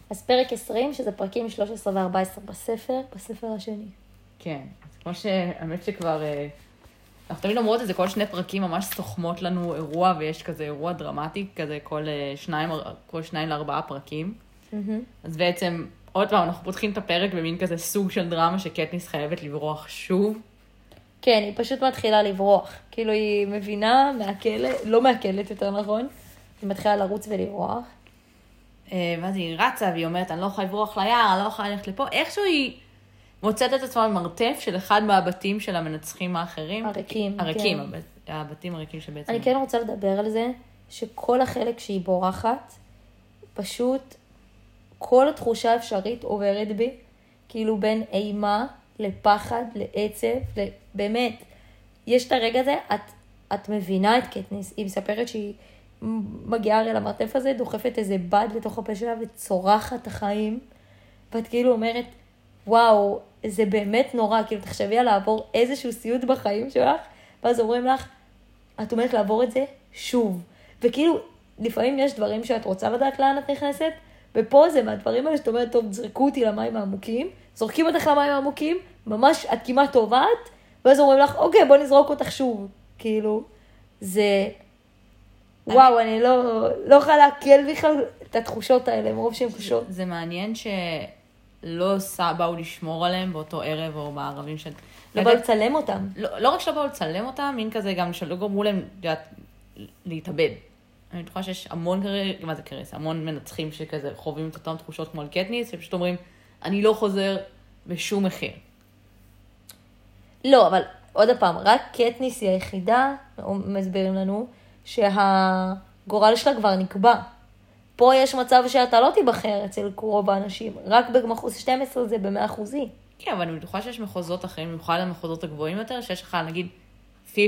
אז פרק 20, שזה פרקים 13 ו-14 בספר השני. כן, אז כמו שהאמת שכבר, אנחנו תמיד אומרות את זה, כל 2 פרקים ממש סוכמות לנו אירוע, ויש כזה אירוע דרמטי, כזה כל 2 ל4 פרקים. אז בעצם, עוד פעם, אנחנו פותחים את הפרק במין כזה סוג של דרמה שקטניס חייבת לברוח שוב. כן, היא פשוט מתחילה לברוח. כאילו היא מבינה לא מהכלת יותר נכון, היא מתחילה לרוץ ולברוח. ואז היא רצה והיא אומרת, אני לא יכולה לברוח ליער, אני לא יכולה ללכת לפה. איכשהו היא מוצאת את עצמה במרתף של אחד מהבתים של המנצחים האחרים. הריקים, כן. הבתים הריקים שבעצם... אני כן רוצה לדבר על זה, שכל החלק שהיא בורחת, פשוט כל התחושה האפשרית עוברת בי, כאילו בין אימה לפחד, לעצב, באמת, יש את הרגע הזה, את מבינה את קטניס, היא מספרת שהיא מגיעה הרי למרתף הזה, דוחפת איזה בד לתוך הפה שלה וצורחת החיים, ואת כאילו אומרת, וואו, זה באמת נורא, כאילו תחשבי על לעבור איזשהו סיוט בחיים שלך, ואז אומרים לך, את עומדת לעבור את זה שוב, וכאילו לפעמים יש דברים שאת רוצה לדעת לאן את נכנסת, ופה זה מהדברים האלה שאת אומרת, טוב, זרקו אותי למים העמוקים, זורקים אותך למים העמוקים, ממש את כמעט טובעת, ואז אומרים לך, אוקיי, בוא נזרוק אותך שוב. כאילו, זה... וואו, אני לא יכולה להקל בכלל את התחושות האלה, מרוב שהן קשות. זה מעניין שלא באו לשמור עליהם באותו ערב או בערבים של... לא באו לצלם אותם. לא רק שלא באו לצלם אותם, מין כזה גם שלא גרמו להם להתאבד. אני בטוחה שיש המון המון מנצחים שכזה חווים את אותם תחושות כמו על קטניס, שפשוט אומרים, אני לא חוזר בשום מחיר. לא, אבל עוד פעם, רק קטניס היא היחידה, מסבירים לנו, שהגורל שלה כבר נקבע. פה יש מצב שאתה לא תיבחר אצל רוב האנשים, רק במחוז 12 זה ב100%. כן, אבל אני בטוחה שיש מחוזות אחרים, במיוחד המחוזות הגבוהים יותר, שיש לך נגיד 50-50,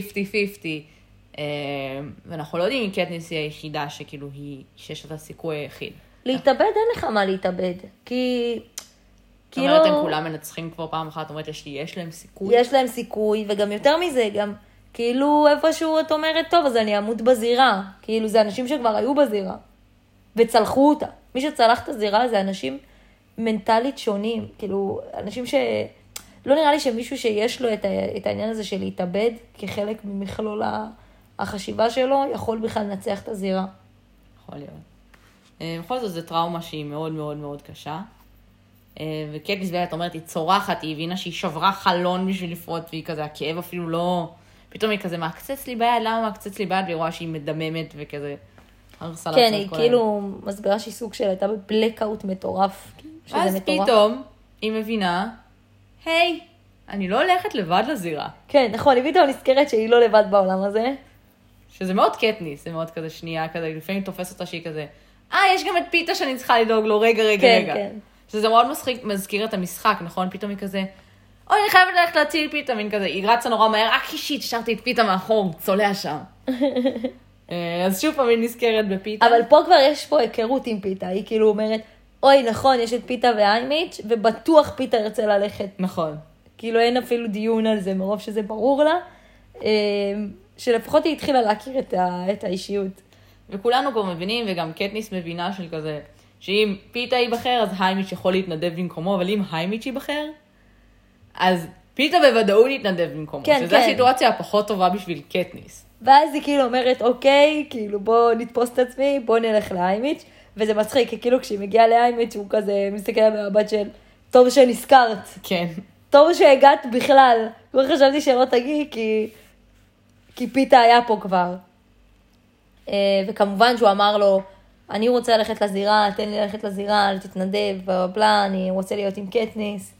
ואנחנו לא יודעים אם קטניס היא היחידה שכאילו שיש את הסיכוי היחיד. להתאבד אין לך מה להתאבד, כי... זאת אומרת, הם כולם מנצחים כבר פעם אחת, אומרת, יש להם סיכוי? יש להם סיכוי, וגם יותר מזה, גם כאילו איפשהו את אומרת, טוב, אז אני אמות בזירה. כאילו זה אנשים שכבר היו בזירה, וצלחו אותה. מי שצלח את הזירה זה אנשים מנטלית שונים, כאילו אנשים לא נראה לי שמישהו שיש לו את העניין הזה של להתאבד, כחלק ממכלול החשיבה שלו, יכול בכלל לנצח את הזירה. יכול להיות. בכל זאת, זו טראומה שהיא מאוד מאוד מאוד קשה. וקטניס באמת אומרת, היא צורחת, היא הבינה שהיא שברה חלון בשביל לפרוט, והיא כזה, הכאב אפילו לא... פתאום היא כזה, מעקצץ לי ביד, למה מעקצץ לי ביד? והיא רואה שהיא מדממת וכזה, הרסה כן, היא כאילו מסבירה שהיא סוג שלה, הייתה בבלקאוט מטורף. אז פתאום היא מבינה, היי, אני לא הולכת לבד לזירה. כן, נכון, היא פתאום נזכרת שהיא לא לבד בעולם הזה. שזה מאוד קטניס, זה מאוד כזה שנייה, כזה, לפעמים תופס אותה שהיא כזה, יש גם את פיתה שאני צריכה לדאוג לו, רגע. כן. שזה מאוד מזכיר את המשחק, נכון? פתאום היא כזה, אני חייבת ללכת להציל פיתה, מין כזה, היא רצה נורא מהר, אישית, השארתי את פיתה מאחור, צולע שם. אז שוב פעם היא נזכרת בפיתה. אבל פה כבר יש פה היכרות עם פיתה, היא כאילו אומרת, נכון, יש את פיתה והיימיץ', ובטוח פיתה ירצה ללכת. נכון. כאילו אין אפילו דיון על זה, מרוב שזה ברור לה, שלפחות היא התחילה להכיר את האישיות. וכולנו כבר מבינים, וגם קטניס מבינה של כזה, שאם פיתה ייבחר, אז היימיץ' יכול להתנדב במקומו, אבל אם היימיץ' ייבחר, אז פיתה בוודאות להתנדב במקומו, כן, שזו הסיטואציה הפחות טובה בשביל קטניס. ואז היא כאילו אומרת, אוקיי, כאילו בוא נתפוס את עצמי, בוא נלך להיימיץ', וזה מצחיק, כי כאילו כשהיא מגיעה להיימיץ' הוא כזה מסתכל במבט של, טוב שנזכרת. כן. טוב שהגעת בכלל. כבר חשבתי שלא תגיעי, כי פיתה היה פה כבר. וכמובן שהוא אמר לו, אני רוצה ללכת לזירה, תן לי ללכת לזירה, תתנדב, ובלה, אני רוצה להיות עם קטניס.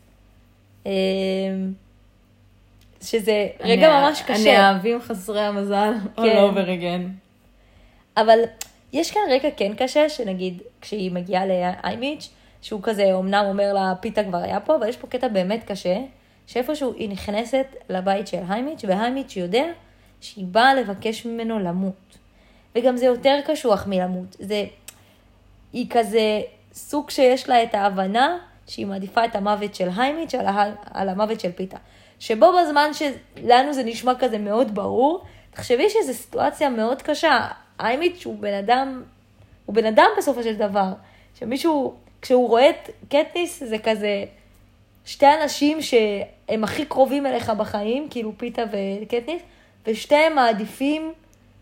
שזה רגע ממש קשה. הנאהבים חסרי המזל, all over again. אבל יש כאן רגע כן קשה, שנגיד, כשהיא מגיעה להיימיץ', שהוא כזה, אמנם אומר לה, פיתה כבר היה פה, אבל יש פה קטע באמת קשה, שאיפשהו היא נכנסת לבית של היימיץ', והיימיץ' יודע שהיא באה לבקש ממנו למות. וגם זה יותר קשוח מלמות. היא כזה סוג שיש לה את ההבנה, שהיא מעדיפה את המוות של היימיץ' על המוות של פיתה. שבו בזמן שלנו זה נשמע כזה מאוד ברור, תחשבי שזו סיטואציה מאוד קשה. היימיץ' הוא בן אדם בסופו של דבר. שמישהו כשהוא רואה את קטניס, זה כזה שתי אנשים שהם הכי קרובים אליך בחיים, כאילו פיתה וקטניס, ושתיהם מעדיפים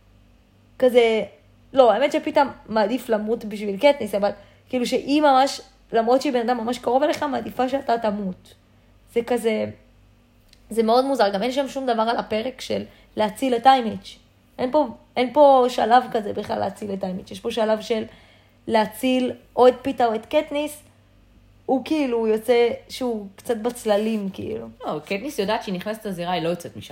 כזה, לא, האמת שפיתה מעדיף למות בשביל קטניס, אבל כאילו שהיא ממש, למרות שהיא בן אדם ממש קרוב אליך, מעדיפה שאתה תמות. זה כזה, זה מאוד מוזר, גם אין שם שום דבר על הפרק של להציל את היימיץ'. אין פה שלב כזה בכלל להציל את היימיץ'. יש פה שלב של להציל או את פיתה או את קטניס, הוא כאילו יוצא שהוא קצת בצללים כאילו. לא, קטניס יודעת שהיא נכנסת לזירה, היא לא יוצאת משם.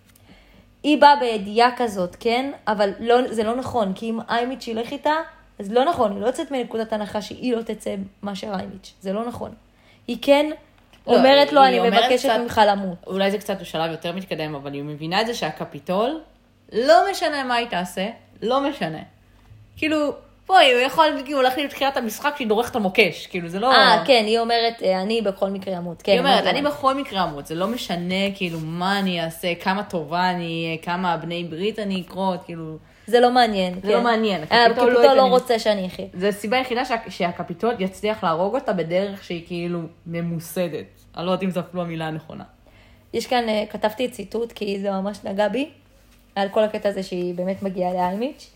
היא באה בידיעה כזאת, כן? אבל לא, זה לא נכון, כי אם היימיץ' ילך איתה, אז לא נכון, היא לא יוצאת מנקודת הנחה שהיא לא תצא מאשר היימיץ'. זה לא נכון. היא כן אומרת לו, אני מבקשת ממך למות. אולי זה קצת בשלב יותר מתקדם, אבל היא מבינה את זה שהקפיטול, לא משנה מה היא תעשה, לא משנה. כאילו, בואי, הוא יכול, כאילו, הולך לי לתחילת המשחק שהיא דורכת המוקש, כאילו, זה לא... כן, היא אומרת, אני בכל מקרה אמות. היא אומרת, אני בכל מקרה אמות, זה לא משנה, כאילו, מה אני אעשה, כמה טובה אני אהיה, כמה בני ברית אני אקרות, כאילו... זה לא מעניין. זה לא מעניין. הקפיטול לא רוצה שאני אחי. זה הסיבה היחידה שהקפיטול יצליח להרוג אותה בדרך שהיא כאילו ממוסדת. אני לא יודעת אם זו אפילו המילה הנכונה. יש כאן, כתבתי את ציטוט, כי זה ממש נגע בי, על כל הקטע הזה שהיא באמת מגיעה להיימיץ',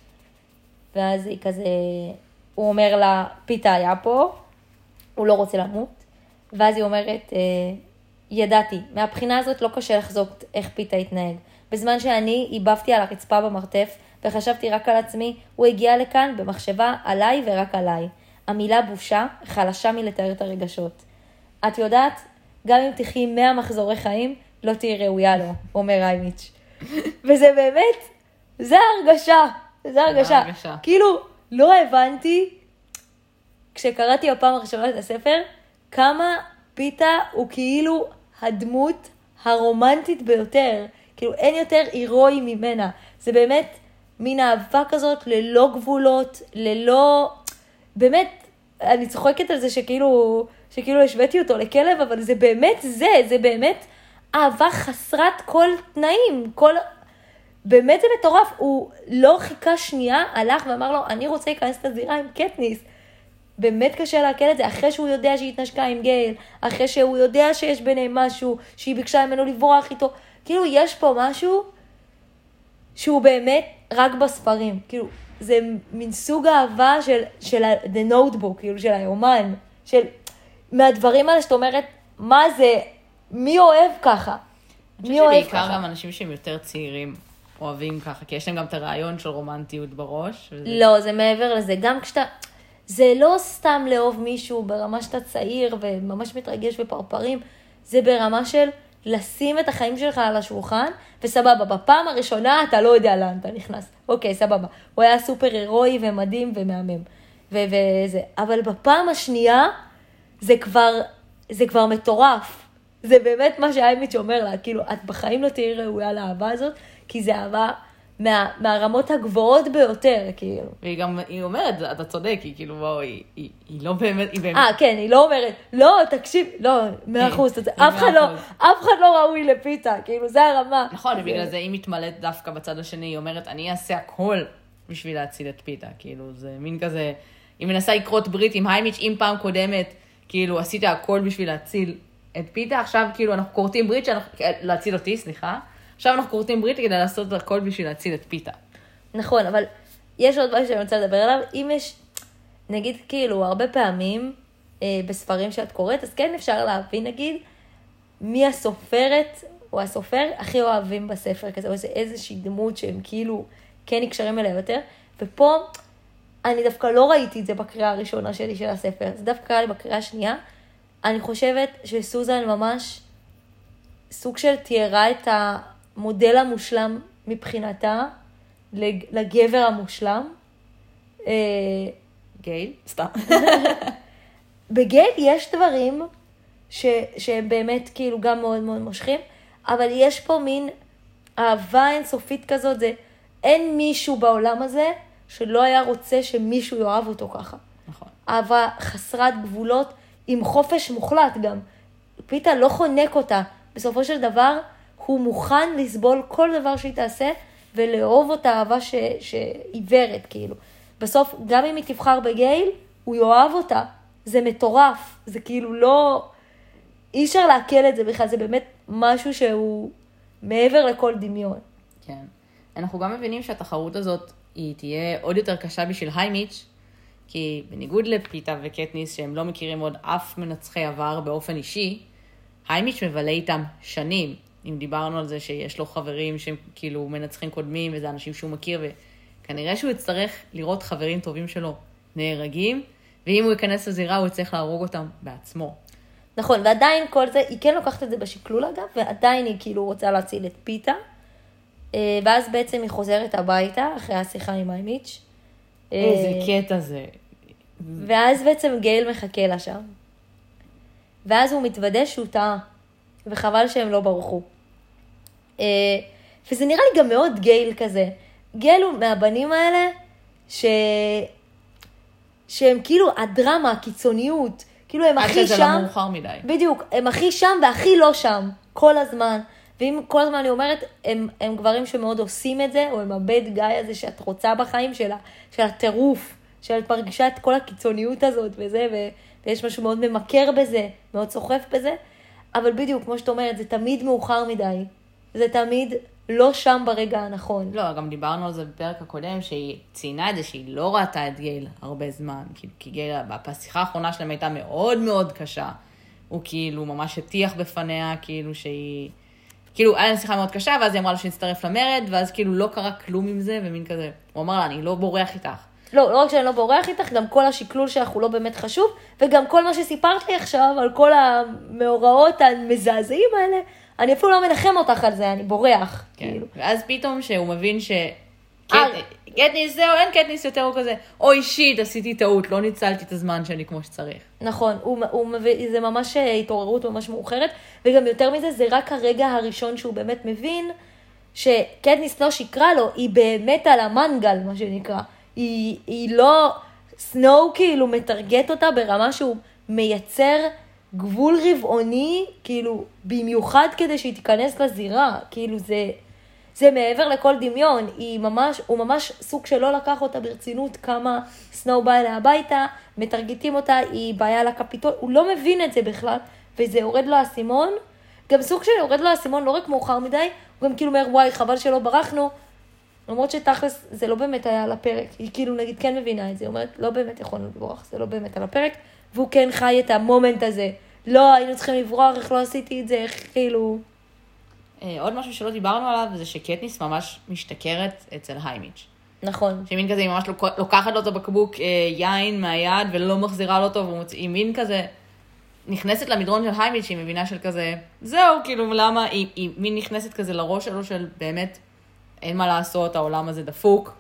ואז היא כזה, הוא אומר לה, פיתה היה פה, הוא לא רוצה למות, ואז היא אומרת, ידעתי, מהבחינה הזאת לא קשה לחזות איך פיתה התנהג. בזמן שאני איבבתי על הרצפה במרתף, וחשבתי רק על עצמי, הוא הגיע לכאן במחשבה עליי ורק עליי. המילה בושה חלשה מלתאר את הרגשות. את יודעת, גם אם תחי 100 מחזורי חיים, לא תהי ראויה לו, אומר היימיץ'. וזה באמת, זה הרגשה. זה הרגשה. כאילו, לא הבנתי, כשקראתי הפעם הראשונה את הספר, כמה פיתה הוא כאילו הדמות הרומנטית ביותר. כאילו, אין יותר הירואי ממנה. זה באמת מין אהבה כזאת ללא גבולות, ללא... באמת, אני צוחקת על זה שכאילו השוויתי אותו לכלב, אבל זה באמת זה באמת אהבה חסרת כל תנאים, באמת זה מטורף, הוא לא חיכה שנייה, הלך ואמר לו, אני רוצה להיכנס לזירה עם קטניס. באמת קשה להקל את זה, אחרי שהוא יודע שהיא התנשקה עם גייל, אחרי שהוא יודע שיש ביניהם משהו, שהיא ביקשה ממנו לברוח איתו, כאילו יש פה משהו שהוא באמת רק בספרים, כאילו זה מין סוג אהבה של The Notebook, כאילו של היומן, מהדברים האלה שאת אומרת, מה זה, מי אוהב ככה? אני חושבת שבעיקר גם אנשים שהם יותר צעירים אוהבים ככה, כי יש להם גם את הרעיון של רומנטיות בראש. לא, זה מעבר לזה, גם כשאתה, זה לא סתם לאהוב מישהו ברמה שאתה צעיר וממש מתרגש בפרפרים, זה ברמה של לשים את החיים שלך על השולחן, וסבבה, בפעם הראשונה אתה לא יודע לאן אתה נכנס. אוקיי, סבבה. הוא היה סופר הירואי ומדהים ומהמם. וזה. אבל בפעם השנייה, זה כבר מטורף. זה באמת מה שהיימיץ' אומר לה, כאילו, את בחיים לא תהיי ראויה לאהבה הזאת, כי זה אהבה מהרמות הגבוהות ביותר, כאילו. והיא גם, היא אומרת, אתה צודק, היא כאילו, וואו, היא לא באמת, היא באמת. כן, היא לא אומרת, לא, תקשיב, לא, 100%, אף אחד לא ראוי לפיתה, כאילו, זה הרמה. נכון, ובגלל זה היא מתמלאת דווקא בצד השני, היא אומרת, אני אעשה הכל בשביל להציל את פיתה, כאילו, זה מין כזה, היא מנסה לקרות ברית עם היימיץ', אם פעם קודמת, כאילו, עשית הכל בשביל להציל את פיתה, עכשיו, כאילו, אנחנו קוראים ברית, להציל אותי, סליחה. עכשיו אנחנו קוראים ברית כדי לעשות הכל בשביל להציל את פיתה. נכון, אבל יש עוד משהו שאני רוצה לדבר עליו. אם יש, נגיד, כאילו, הרבה פעמים בספרים שאת קוראת, אז כן אפשר להבין, נגיד, מי הסופרת או הסופר הכי אוהבים בספר כזה, או איזושהי דמות שהם כאילו כן נקשרים אליה יותר. ופה אני דווקא לא ראיתי את זה בקריאה הראשונה שלי של הספר, זה דווקא קרה לי בקריאה השנייה. אני חושבת שסוזן ממש סוג של תיארה את המודל המושלם מבחינתה לגבר המושלם. גייל? סתם. בגייל יש דברים שהם באמת כאילו גם מאוד מאוד מושכים, אבל יש פה מין אהבה אינסופית כזאת, אין מישהו בעולם הזה שלא היה רוצה שמישהו יאהב אותו ככה. נכון. אהבה חסרת גבולות, עם חופש מוחלט גם. פיתה לא חונק אותה. בסופו של דבר, הוא מוכן לסבול כל דבר שהיא תעשה, ולאהוב אותה אהבה שעיוורת, כאילו. בסוף, גם אם היא תבחר בגייל, הוא יאהב אותה. זה מטורף, זה כאילו לא, אי אפשר להקל את זה בכלל, זה באמת משהו שהוא מעבר לכל דמיון. כן. אנחנו גם מבינים שהתחרות הזאת היא תהיה עוד יותר קשה בשביל היימיץ', כי בניגוד לפיטה וקטניס, שהם לא מכירים עוד אף מנצחי עבר באופן אישי, היימיץ' מבלה איתם שנים. אם דיברנו על זה שיש לו חברים שהם כאילו מנצחים קודמים, וזה אנשים שהוא מכיר, וכנראה שהוא יצטרך לראות חברים טובים שלו נהרגים, ואם הוא ייכנס לזירה, הוא יצטרך להרוג אותם בעצמו. נכון, ועדיין כל זה, היא כן לוקחת את זה בשקלול אגב, ועדיין היא כאילו רוצה להציל את פיטה, ואז בעצם היא חוזרת הביתה, אחרי השיחה עם היימיץ'. איזה קטע זה. ואז בעצם גייל מחכה לה שם. ואז הוא מתוודא שהוא טעה, וחבל שהם לא ברחו. וזה נראה לי גם מאוד גייל כזה. גייל הוא מהבנים האלה, שהם כאילו הדרמה, הקיצוניות, כאילו הם הכי שם. עד שזה לא מאוחר מדי. בדיוק, הם הכי שם והכי לא שם, כל הזמן. ואם כל הזמן אני אומרת, הם גברים שמאוד עושים את זה, או הם הבד גיא הזה שאת רוצה בחיים שלה, של הטירוף, שאת מרגישה את כל הקיצוניות הזאת וזה, ויש משהו מאוד ממכר בזה, מאוד סוחף בזה, אבל בדיוק, כמו שאת אומרת, זה תמיד מאוחר מדי. זה תמיד לא שם ברגע הנכון. לא, גם דיברנו על זה בפרק הקודם, שהיא ציינה את זה שהיא לא ראתה את גייל הרבה זמן, כי גייל, בשיחה האחרונה שלהם הייתה מאוד מאוד קשה. הוא כאילו ממש הטיח בפניה, כאילו שהיא, כאילו היה לה שיחה מאוד קשה, ואז היא אמרה לו שנצטרף למרד, ואז כאילו לא קרה כלום עם זה, ומין כזה, הוא אמר לה, אני לא בורח איתך. לא רק שאני לא בורח איתך, גם כל השקלול שלך הוא לא באמת חשוב, וגם כל מה שסיפרת לי עכשיו, על כל המאורעות המזעזעים האלה, אני אפילו לא מנחם אותך על זה, אני בורח. כן. כאילו. ואז פתאום שהוא מבין קטניס זהו, אין קטניס יותר, הוא כזה, אוי שיט, עשיתי טעות, לא ניצלתי את הזמן שלי כמו שצריך. נכון, זה ממש התעוררות ממש מאוחרת, וגם יותר מזה, זה רק הרגע הראשון שהוא באמת מבין, שקטניס לא שקרה לו, היא באמת על המנגל, מה שנקרא. היא לא, סנואו כאילו מטרגט אותה ברמה שהוא מייצר גבול רבעוני, כאילו, במיוחד כדי שהיא תיכנס לזירה, כאילו זה מעבר לכל דמיון, הוא ממש סוג שלא לקח אותה ברצינות כמה סנואו בא אליה הביתה, מטרגטים אותה, היא בעיה לקפיטול, הוא לא מבין את זה בכלל, וזה יורד לו הסימון, גם סוג שיורד לו הסימון לא רק מאוחר מדי, הוא גם כאילו אומר, וואי, חבל שלא ברחנו, למרות שתכלס זה לא באמת היה על הפרק, היא כאילו נגיד כן מבינה את זה, היא אומרת, לא באמת יכולנו לברוח, זה לא באמת על הפרק, והוא כן חי את המומנט הזה, לא, היינו צריכים לברוח, איך לא עשיתי את זה, איך כאילו... עוד משהו שלא דיברנו עליו, זה שקטניס ממש משתכרת אצל היימיץ'. נכון. שמין כזה, היא ממש לוקחת לו את הבקבוק יין מהיד, ולא מחזירה לו אותו, והיא מין כזה, נכנסת למדרון של היימיץ', שהיא מבינה של כזה, זהו, כאילו, למה, היא מין נכנסת כזה לראש שלו של באמת, אין מה לעשות, העולם הזה דפוק,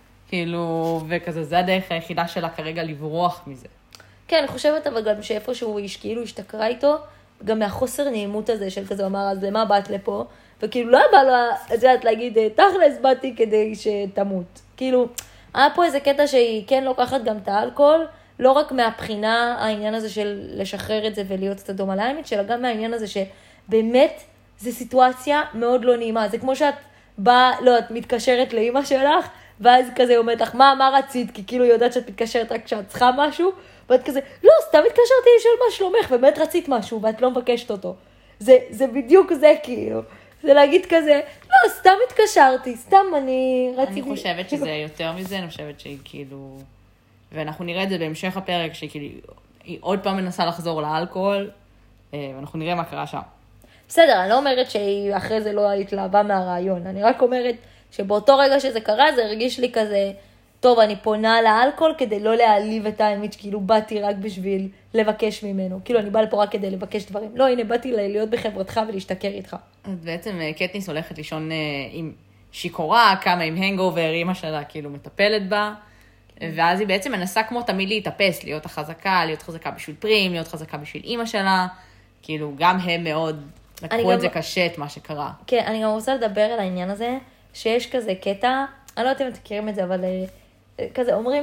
כאילו, וכזה, זה הדרך היחידה שלה כרגע לברוח מזה. כן, אני חושבת אבל גם שאיפשהו היא כאילו השתכרה איתו, גם מהחוסר נעימות הזה של כזה, הוא אמר, אז למה באת לפה? וכאילו לא בא לו, את יודעת להגיד, תכלס באתי כדי שתמות. כאילו, היה פה איזה קטע שהיא כן לוקחת גם את האלכוהול, לא רק מהבחינה העניין הזה של לשחרר את זה ולהיות קצת דומה לאיימית, אלא גם מהעניין הזה שבאמת זו סיטואציה מאוד לא נעימה. זה כמו שאת באה, לא, את מתקשרת לאמא שלך, ואז כזה אומרת לך, מה רצית? כי כאילו היא יודעת שאת מתקשרת רק כשאת צריכה משהו, ואת כזה, לא, סתם התקשרתי לשאול מה שלומך, באמת רצית משהו, ואת לא מבקשת אותו. זה בדיוק זה כאילו. זה להגיד כזה, לא, סתם התקשרתי, סתם אני רציתי... אני חושבת שזה יותר מזה, אני חושבת שהיא כאילו... ואנחנו נראה את זה בהמשך הפרק, שהיא כאילו... היא עוד פעם מנסה לחזור לאלכוהול, ואנחנו נראה מה קרה שם. בסדר, אני לא אומרת שהיא אחרי זה לא התלהבה מהרעיון, אני רק אומרת שבאותו רגע שזה קרה, זה הרגיש לי כזה... טוב, אני פונה לאלכוהול כדי לא להעליב את האמת, כאילו באתי רק בשביל לבקש ממנו. כאילו אני באה לפה רק כדי לבקש דברים. לא, הנה, באתי להיות בחברתך ולהשתכר איתך. אז בעצם קטניס הולכת לישון עם שיכורה, כמה עם הנגאובר, אמא שלה כאילו מטפלת בה, ואז היא בעצם מנסה כמו תמיד להתאפס, להיות חזקה בשביל פרים, להיות חזקה בשביל אמא שלה, כאילו גם הם מאוד לקחו את זה קשה, את מה שקרה. כן, אני גם רוצה לדבר על העניין הזה, שיש כזה קטע, אני לא יודעת אם אתם מכירים את זה, אבל... כזה אומרים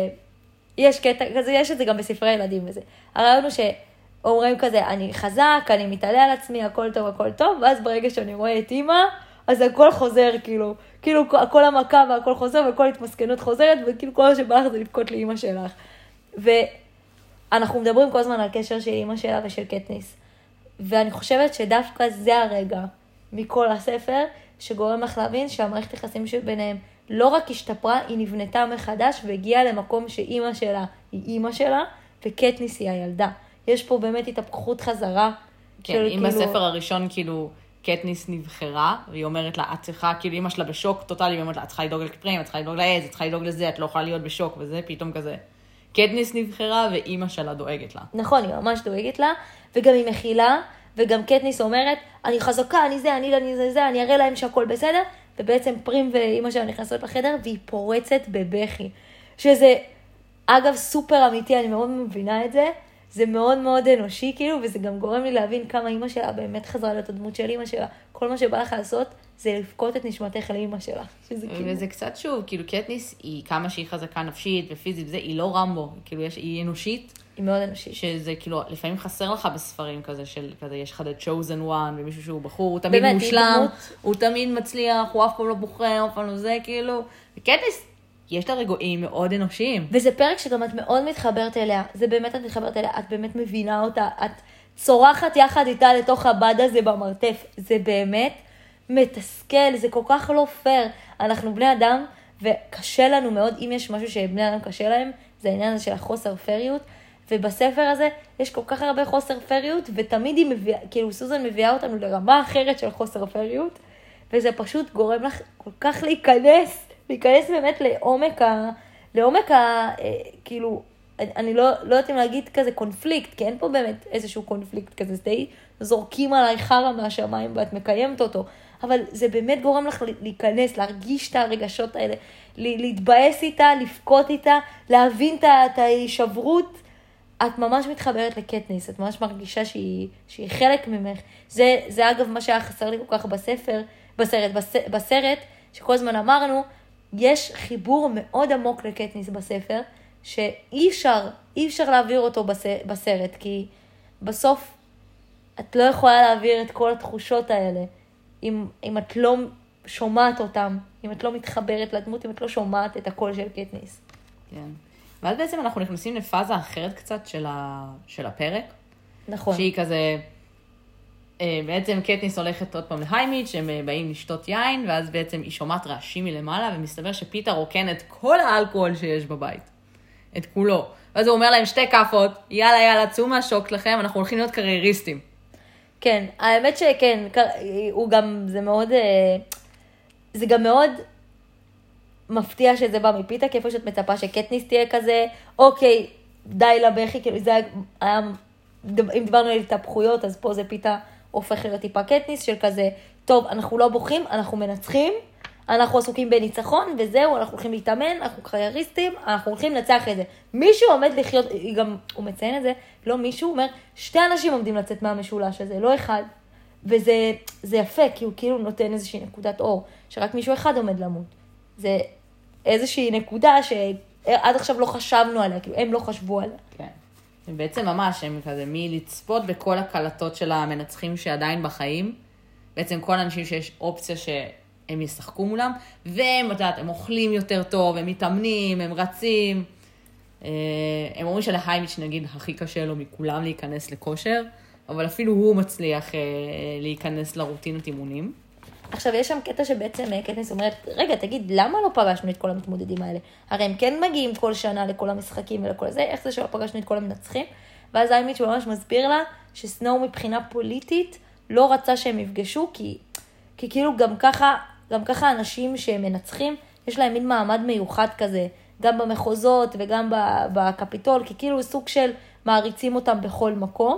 שיש קטע, כזה יש את זה גם בספרי ילדים וזה. הרעיון הוא שאומרים כזה, אני חזק, אני מתעלה על עצמי, הכל טוב, ואז ברגע שאני רואה את אמא, אז הכל חוזר, כאילו הכל המכה והכל חוזר, וכל התמסכנות חוזרת, וכאילו כל מה שבא לך זה לבכות לאמא שלך. אנחנו מדברים כל הזמן על קשר של אמא שלה ושל קטניס. ואני חושבת שדווקא זה הרגע מכל הספר, שגורם לך להבין שהמערכת יחסים שביניהם לא רק השתפרה, היא נבנתה מחדש והגיעה למקום שאמא שלה היא אמא שלה, וקטניס היא הילדה. יש פה באמת התהפכות חזרה. כן, אם בספר הראשון כאילו קטניס נבחרה, והיא אומרת לה, את צריכה, כאילו אמא שלה בשוק טוטלי, והיא אומרת לה, את צריכה לדאוג לקפרים, את צריכה לדאוג לעז, את צריכה לדאוג לזה, את לא יכולה להיות בשוק, וזה פתאום כזה. קטניס נבחרה, ואמא שלה דואגת לה. נכון, היא ממש דואגת לה, וגם היא מכילה, וגם קטניס אומרת, אני חזקה, אני זה, אני אראה להם שהכל בסדר, ובעצם פרים ואמא שלה נכנסות לחדר, והיא פורצת בבכי. שזה, אגב, סופר אמיתי, אני מאוד מבינה את זה, זה מאוד מאוד אנושי, כאילו, וזה גם גורם לי להבין כמה אמא שלה באמת חזרה להיות הדמות של אמא שלה. כל מה שבא לך לעשות, זה לפקוט את נשמתך לאמא שלה. וזה קצת שוב, כאילו, קטניס היא כמה שהיא חזקה נפשית ופיזית, וזה, היא לא רמבו, כאילו, היא אנושית. היא מאוד אנושית. שזה, כאילו, לפעמים חסר לך בספרים כזה, של כזה, יש לך the chosen one, ומישהו שהוא בחור, הוא תמיד מושלם, הוא תמיד מצליח, הוא אף פעם לא בוחר, אף פעם לא זה, כאילו. וקטניס, יש לה רגועים מאוד אנושיים. וזה פרק שגם את מאוד מתחברת אליה. זה באמת את מתחברת אליה, את באמת מבינה אותה, את צורחת יחד איתה לתוך הבד הזה במרתף. זה באמת מתסכל, זה כל כך לא פייר. אנחנו בני אדם, וקשה לנו מאוד, אם יש משהו שבני אדם קשה להם, זה העניין הזה של החוסר פייריות. ובספר הזה יש כל כך הרבה חוסר פייריות, ותמיד היא מביאה, כאילו סוזן מביאה אותנו לרמה אחרת של חוסר פייריות, וזה פשוט גורם לך כל כך להיכנס באמת לעומק כאילו, אני לא יודעת אם להגיד כזה קונפליקט, כי אין פה באמת איזשהו קונפליקט כזה, די זורקים עליי חרא מהשמיים ואת מקיימת אותו, אבל זה באמת גורם לך להיכנס, להרגיש את הרגשות האלה, להתבאס איתה, לפקוט איתה, להבין את ההישברות, את ממש מתחברת לקטניס, את ממש מרגישה שהיא חלק ממך. זה אגב מה שהיה חסר לי כל כך בסרט, שכל הזמן אמרנו, יש חיבור מאוד עמוק לקטניס בספר, שאי אפשר להעביר אותו בסרט, כי בסוף את לא יכולה להעביר את כל התחושות האלה, אם את לא שומעת אותם, אם את לא מתחברת לדמות, אם את לא שומעת את הקול של קטניס. כן. ואז בעצם אנחנו נכנסים לפאזה אחרת קצת של הפרק. נכון. שהיא כזה, בעצם קטניס הולכת עוד פעם להיימיץ', שהם באים לשתות יין, ואז בעצם היא שומעת רעשים מלמעלה, ומסתבר שפיטר רוקן את כל האלכוהול שיש בבית. את כולו. ואז הוא אומר להם 2 כפות, יאללה, צאו מהשוק לכם, אנחנו הולכים להיות קרייריסטים. כן, האמת שכן, הוא גם, זה גם מאוד מפתיע שזה בא מפיטה, כי איפה שאת מצפה שקטניס תהיה כזה, אוקיי, די לבכי, כאילו זה היה, אם דיברנו על התהפכויות, אז פה זה פיטה הופך להיות טיפה קטניס, של כזה, טוב, אנחנו לא בוכים, אנחנו מנצחים, אנחנו עסוקים בניצחון, וזהו, אנחנו הולכים להתאמן, אנחנו קרייריסטים, אנחנו הולכים לנצח את זה. מישהו עומד לחיות, גם הוא מציין את זה, לא מישהו, הוא אומר, 2 אנשים עומדים לצאת מהמשולש הזה, לא אחד. וזה יפה, כי הוא כאילו נותן איזושהי נקודת אור, שרק מישהו אחד עומד למות. זה איזושהי נקודה שעד עכשיו לא חשבנו עליה, כאילו הם לא חשבו עליה. כן. ובעצם ממש, הם כזה, לצפות בכל הקלטות של המנצחים שעדיין בחיים, בעצם כל האנשים שיש אופציה שהם ישחקו מולם, והם, יודעת, הם אוכלים יותר טוב, הם מתאמנים, הם רצים. הם אומרים שלהיימיץ' נגיד הכי קשה לו מכולם להיכנס לכושר, אבל אפילו הוא מצליח להיכנס לרוטינת אימונים. עכשיו, יש שם קטע שבעצם קטניס אומרת, רגע, תגיד, למה לא פגשנו את כל המתמודדים האלה? הרי הם כן מגיעים כל שנה לכל המשחקים ולכל זה, איך זה שלא פגשנו את כל המנצחים? ואז היימיץ' ממש מסביר לה שסנואו מבחינה פוליטית לא רצה שהם יפגשו, כי כאילו גם ככה אנשים שהם מנצחים, יש להם מין מעמד מיוחד כזה, גם במחוזות וגם בקפיטול, כי כאילו סוג של מעריצים אותם בכל מקום,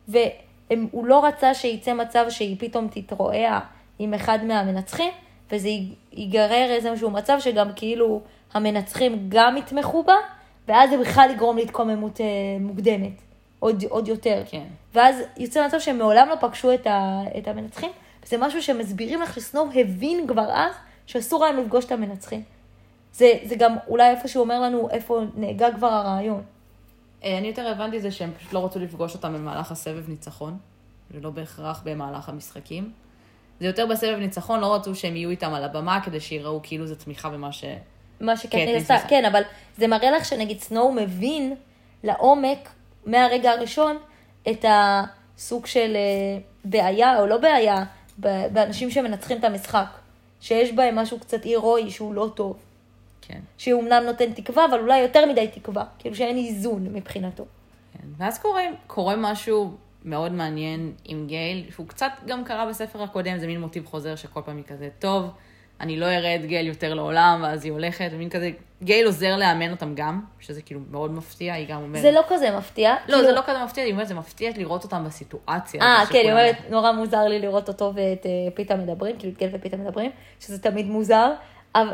והוא לא רצה שיצא מצב שהיא פתאום תתרועע עם אחד מהמנצחים, וזה ייגרר איזשהו מצב שגם כאילו המנצחים גם יתמכו בה, ואז זה בכלל יגרום להתקוממות מוקדמת, עוד יותר. כן. ואז יוצא מצב שהם מעולם לא פגשו את המנצחים, וזה משהו שמסבירים לך שסנואו הבין כבר אז, שאסור להם לפגוש את המנצחים. זה גם אולי איפה שהוא אומר לנו, איפה נהגה כבר הרעיון. אני יותר הבנתי זה שהם פשוט לא רצו לפגוש אותם במהלך הסבב ניצחון, ולא בהכרח במהלך המשחקים. זה יותר בסבב ניצחון, לא רצו שהם יהיו איתם על הבמה, כדי שיראו כאילו זה תמיכה במה שקטניס עשה. כן, אבל זה מראה לך שנגיד סנואו מבין לעומק מהרגע הראשון את הסוג של בעיה או לא בעיה, באנשים שמנצחים את המשחק, שיש בהם משהו קצת הירואי שהוא לא טוב. כן. שהוא אמנם נותן תקווה, אבל אולי יותר מדי תקווה, כאילו שאין איזון מבחינתו. כן. ואז קורה משהו מאוד מעניין עם גייל, שהוא קצת גם קרה בספר הקודם, זה מין מוטיב חוזר שכל פעם היא כזה, טוב, אני לא אראה את גייל יותר לעולם, ואז היא הולכת, ומין כזה, גייל עוזר לאמן אותם גם, שזה כאילו מאוד מפתיע, היא גם אומרת... זה לא כזה מפתיע. לא, כאילו... זה לא כזה מפתיע, היא אומרת, זה מפתיע לראות אותם בסיטואציה. כן, היא אומרת, נורא מוזר לי לראות אותו ואת פיתה מדברים, כאילו את גייל ופיתה מדברים, שזה תמיד מוזר, אבל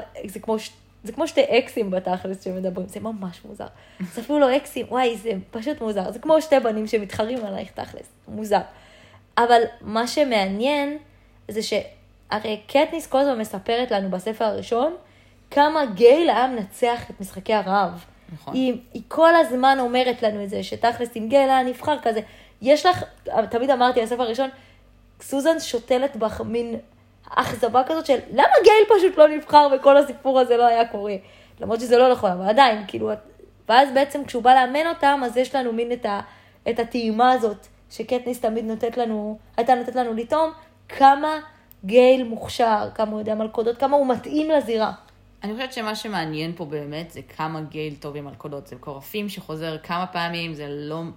זה כמו שתי אקסים בתכלס שמדברים, זה ממש מוזר. זה אפילו לא אקסים, וואי, זה פשוט מוזר. זה כמו שתי בנים שמתחרים עלייך תכלס, מוזר. אבל מה שמעניין זה שהרי קטניס כל הזמן מספרת לנו בספר הראשון, כמה גייל היה מנצח את משחקי הרעב. נכון. היא כל הזמן אומרת לנו את זה, שתכלס עם גייל היה נבחר כזה. יש לך, תמיד אמרתי בספר הראשון, סוזן שותלת בך מין... אכזבה כזאת של למה גייל פשוט לא נבחר וכל הסיפור הזה לא היה קורה. למרות שזה לא נכון, אבל עדיין, כאילו, ואז בעצם כשהוא בא לאמן אותם, אז יש לנו מין את הטעימה הזאת, שקטניס תמיד הייתה נותנת לנו לטעום, כמה גייל מוכשר, כמה הוא יודע מלכודות, כמה הוא מתאים לזירה. אני חושבת שמה שמעניין פה באמת זה כמה גייל טוב עם מלכודות. זה קורפים שחוזר כמה פעמים, זה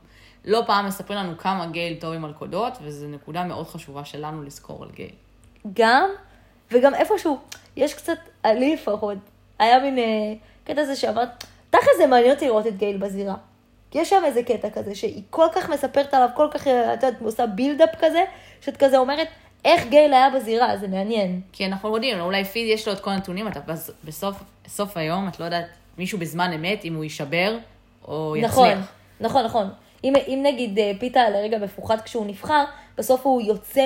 לא פעם מספרים לנו כמה גייל טוב עם מלכודות, וזו נקודה מאוד חשובה שלנו לזכור על גייל. גם, וגם איפשהו, יש קצת עלי לפחות, היה מין קטע הזה שאמרת, תכף זה מעניין אותי לראות את גייל בזירה. כי יש שם איזה קטע כזה, שהיא כל כך מספרת עליו, כל כך, את יודעת, עושה בילדאפ כזה, שאת כזה אומרת, איך גייל היה בזירה, זה מעניין. כי אנחנו יודעים, אולי פיזי יש לו את כל הנתונים, אתה בסוף היום, את לא יודעת, מישהו בזמן אמת, אם הוא יישבר או יצליח. נכון. אם נגיד פיתה לרגע מפוחד כשהוא נבחר, בסוף הוא יוצא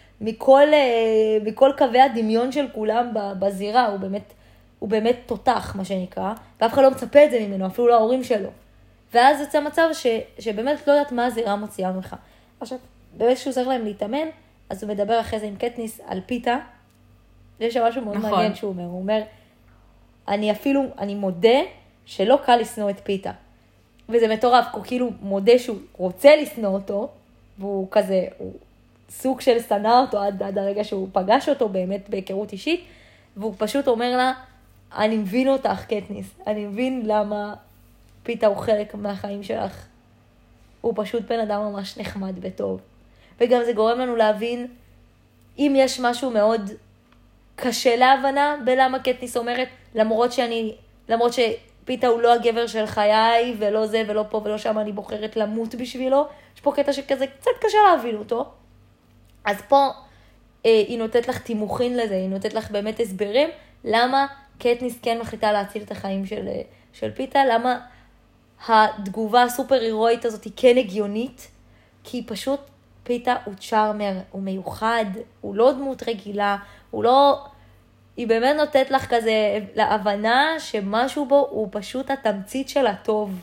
מכל קווי הדמיון של כולם בזירה, הוא באמת תותח, מה שנקרא, ואף אחד לא מצפה את זה ממנו, אפילו לא ההורים שלו. ואז יוצא מצב שבאמת לא יודעת מה הזירה מוציאה ממך. עכשיו, באמת שהוא צריך להם להתאמן, אז הוא מדבר אחרי זה עם קטניס על פיתה, יש שם משהו מאוד מעניין שהוא אומר, הוא אומר, אני מודה שלא קל לשנוא את פיתה. וזה מטורף, הוא כאילו מודה שהוא רוצה לשנוא אותו, והוא כזה, הוא סוג של שנא אותו עד הרגע שהוא פגש אותו באמת בהיכרות אישית, והוא פשוט אומר לה, אני מבין אותך קטניס, אני מבין למה פיתה הוא חלק מהחיים שלך. הוא פשוט בן אדם ממש נחמד וטוב. וגם זה גורם לנו להבין, אם יש משהו מאוד קשה להבנה, בלמה קטניס אומרת, למרות שפיתה הוא לא הגבר של חיי, ולא זה ולא פה ולא שם, אני בוחרת למות בשבילו. יש פה קטע שכזה קצת קשה להבין אותו. אז פה היא נותנת לך תימוכין לזה, היא נותנת לך באמת הסברים, למה קטניס כן מחליטה להציל את החיים של פיתה, למה התגובה הסופר הירואית הזאת היא כן הגיונית, כי פשוט פיתה הוא צ'ארמר, הוא מיוחד, הוא לא דמות רגילה, היא באמת נותנת לך כזה להבנה שמשהו בו הוא פשוט התמצית של הטוב.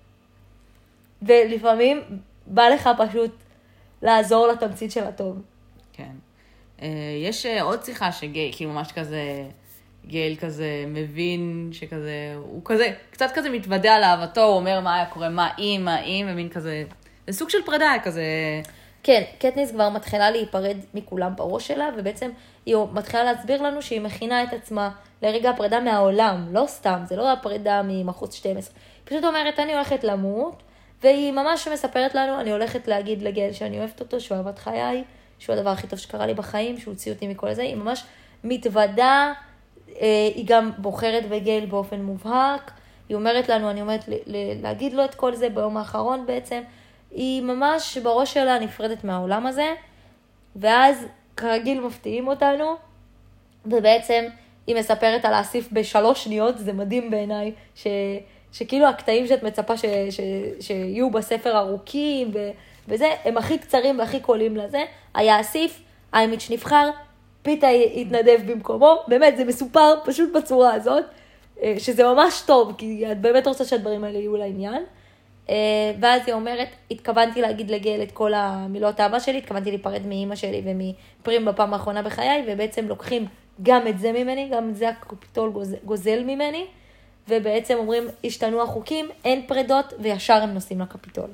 ולפעמים בא לך פשוט לעזור לתמצית של הטוב. כן. יש עוד שיחה שגייל, כאילו ממש כזה, גייל כזה מבין שכזה, הוא כזה, קצת כזה מתוודע על אהבתו, הוא אומר מה היה קורה, מה אם, ומין כזה, זה סוג של פרידה כזה. כן, קטניס כבר מתחילה להיפרד מכולם בראש שלה, ובעצם היא מתחילה להסביר לנו שהיא מכינה את עצמה לרגע הפרידה מהעולם, לא סתם, זה לא הפרידה ממחוץ 12. היא פשוט אומרת, אני הולכת למות, והיא ממש מספרת לנו, אני הולכת להגיד לגייל שאני אוהבת אותו, שהוא אהבת חיי, שהוא הדבר הכי טוב שקרה לי בחיים, שהוא הוציא אותי מכל זה, היא ממש מתוודה, היא גם בוחרת בגייל באופן מובהק, היא אומרת לנו, אני אומרת להגיד לו את כל זה ביום האחרון בעצם, היא ממש בראש שלה נפרדת מהעולם הזה, ואז כרגיל מפתיעים אותנו, ובעצם היא מספרת על להסיף ב3 שניות, זה מדהים בעיניי, שכאילו הקטעים שאת מצפה שיהיו בספר ארוכים, וזה, הם הכי קצרים והכי קולים לזה, היה אסיף, האמיץ' נבחר, פיתה התנדב במקומו, באמת זה מסופר פשוט בצורה הזאת, שזה ממש טוב, כי את באמת רוצה שהדברים האלה יהיו לעניין, ואז היא אומרת, התכוונתי להגיד לגייל את כל המילות האבא שלי, התכוונתי להיפרד מאמא שלי ומפרים בפעם האחרונה בחיי, ובעצם לוקחים גם את זה ממני, גם את זה הקפיטול גוזל ממני, ובעצם אומרים, השתנו החוקים, אין פרדות, וישר הם נוסעים לקפיטול.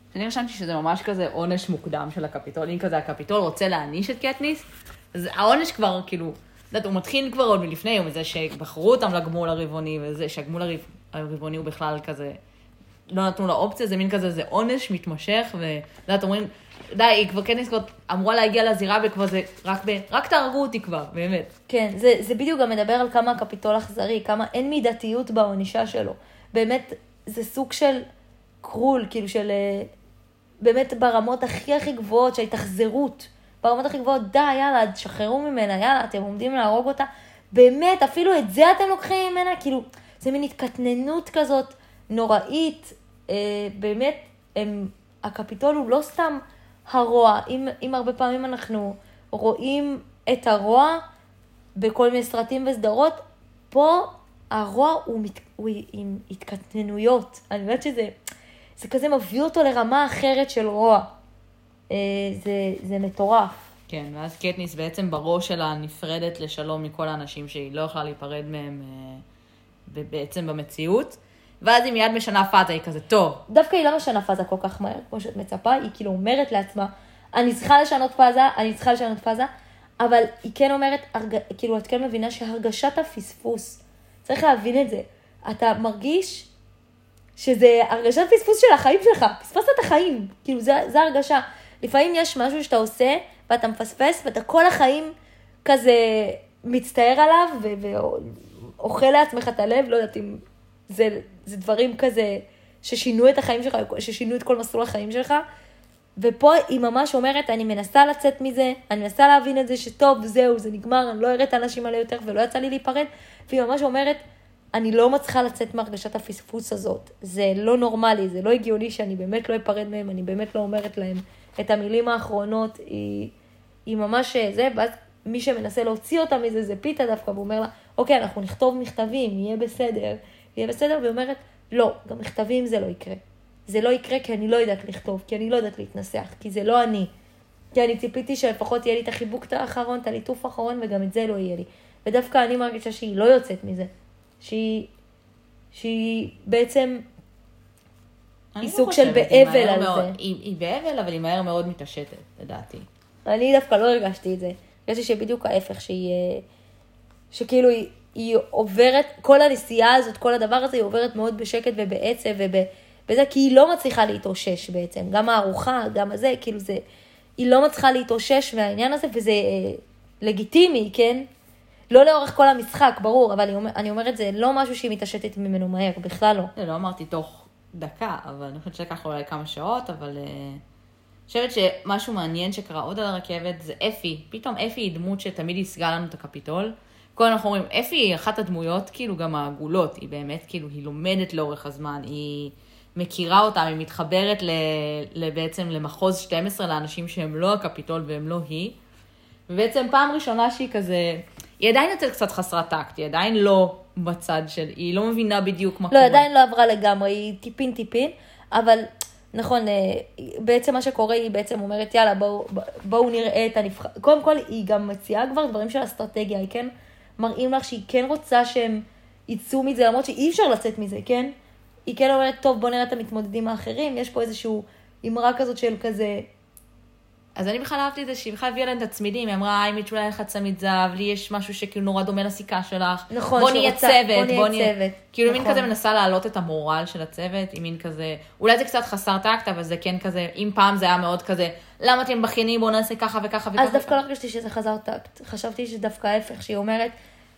אני רשמתי שזה ממש כזה עונש מוקדם של הקפיטול, אם כזה הקפיטול רוצה להעניש את קטניס, אז העונש כבר כאילו, הוא מתחיל כבר עוד מלפני, מזה שבחרו אותם לגמול הרבעוני, וזה שהגמול הרבעוני הוא בכלל כזה, לא נתנו לה אופציה, זה מין כזה, זה עונש מתמשך, ודעת, אומרים, די, כבר קטניס כבר אמורה להגיע לזירה, וכבר זה, רק תהרגו אותי כבר, באמת. כן, זה בדיוק גם מדבר על כמה הקפיטול אכזרי, כמה אין מידתיות בעונישה שלו. באמת, זה סוג של קרול, כאילו של, באמת ברמות הכי גבוהות, של התאכזרות. ברמות הכי גבוהות, די, יאללה, תשחררו ממנה, יאללה, אתם עומדים להרוג אותה. באמת, אפילו את זה אתם לוקחים ממנה, כאילו, זה מין התקטננות כזאת נוראית. באמת, הקפיטול הוא לא סתם הרוע. אם הרבה פעמים אנחנו רואים את הרוע בכל מיני סרטים וסדרות, פה הרוע הוא עם התקטננויות. אני יודעת זה כזה מביא אותו לרמה אחרת של רוע. זה מטורף. כן, ואז קטניס בעצם בראש שלה נפרדת לשלום מכל האנשים שהיא לא יכולה להיפרד מהם בעצם במציאות. ואז היא מיד משנה פאזה, היא כזה, טוב. דווקא היא לא משנה פאזה כל כך מהר, כמו שאת מצפה, היא כאילו אומרת לעצמה, אני צריכה לשנות פאזה, אבל היא כן אומרת, כאילו את כן מבינה שהרגשת הפספוס, צריך להבין את זה. אתה מרגיש שזה הרגשת פספוס של החיים שלך, פספסת את החיים, כאילו זה הרגשה. לפעמים יש משהו שאתה עושה, ואתה מפספס, ואתה כל החיים כזה מצטער עליו, ואוכל לעצמך את הלב, לא יודעת אם זה דברים כזה ששינו את החיים שלך, ששינו את כל מסלול החיים שלך, ופה היא ממש אומרת, אני מנסה לצאת מזה, אני מנסה להבין את זה שטוב, זהו, זה נגמר, אני לא אראה את האנשים האלה יותר, ולא יצא לי להיפרד, והיא ממש אומרת, אני לא מצליחה לצאת מהרגשת הפספוס הזאת, זה לא נורמלי, זה לא הגיוני שאני באמת לא אפרד מהם, אני באמת לא אומרת להם את המילים האחרונות, היא ממש זה, ואז מי שמנסה להוציא אותה מזה, זה פיתה דווקא, והוא אומר לה, אוקיי, אנחנו נכתוב מכתבים, יהיה בסדר, והיא אומרת, לא, גם מכתבים זה לא יקרה. זה לא יקרה כי אני לא יודעת לכתוב, כי אני לא יודעת להתנסח, כי זה לא אני. כי אני ציפיתי שלפחות יהיה לי את החיבוק האחרון, את הליטוף האחרון, וגם את זה לא יהיה לי. ודווקא אני מרגישה שהיא לא יוצאת מזה. שהיא בעצם, היא סוג של באבל על זה. היא באבל, אבל היא מהר מאוד מתעשתת, לדעתי. אני דווקא לא הרגשתי את זה. הרגשתי שבדיוק ההפך, שכאילו היא עוברת, כל הנסיעה הזאת, כל הדבר הזה, היא עוברת מאוד בשקט ובעצב ובזה, כי היא לא מצליחה להתאושש בעצם. גם הארוחה, גם הזה, כאילו זה, היא לא מצליחה להתאושש מהעניין הזה, וזה לגיטימי, כן? לא לאורך כל המשחק, ברור, אבל אני אומרת, זה לא משהו שהיא מתעשתת ממנו מהר, בכלל לא. לא אמרתי תוך דקה, אבל אני חושבת שלקח אולי כמה שעות, אבל אני חושבת שמשהו מעניין שקרה עוד על הרכבת, זה אפי. פתאום אפי היא דמות שתמיד יסגה לנו את הקפיטול. כל אנחנו אומרים, אפי היא אחת הדמויות, כאילו גם העגולות, היא באמת, כאילו, היא לומדת לאורך הזמן, היא מכירה אותם, היא מתחברת בעצם למחוז 12 לאנשים שהם לא הקפיטול והם לא היא. ובעצם פעם ראשונה שהיא כזה, היא עדיין יוצאת קצת חסרת טקט, היא עדיין לא בצד של, היא לא מבינה בדיוק מה קורה. לא, עדיין לא עברה לגמרי, היא טיפין, אבל נכון, בעצם מה שקורה, היא בעצם אומרת, יאללה, בואו נראה את הנבחר. קודם כל, היא גם מציעה כבר דברים של אסטרטגיה, היא כן מראים לך שהיא כן רוצה שהם יצאו מזה, למרות שאי אפשר לצאת מזה, כן? היא כן אומרת, טוב, בוא נראה את המתמודדים האחרים, יש פה איזשהו אמרה כזאת של כזה. אז אני בכלל אהבתי את זה, שהיא בכלל הביאה להם את הצמידים, היא אמרה, האמת אולי לך צמיד זהב, לי יש משהו שכאילו נורא דומה לסיכה שלך. נכון, בוא נהיה צוות, בוא נהיה צוות. כאילו מין כזה מנסה להעלות את המורל של הצוות, היא מין כזה, אולי זה קצת חסר טקט, אבל זה כן כזה, אם פעם זה היה מאוד כזה, למה אתם בכיינים, בוא נעשה ככה וככה וככה. אז דווקא לא חשבתי שזה חסר טקט, חשבתי שדווקא ההפך, שהיא אומרת,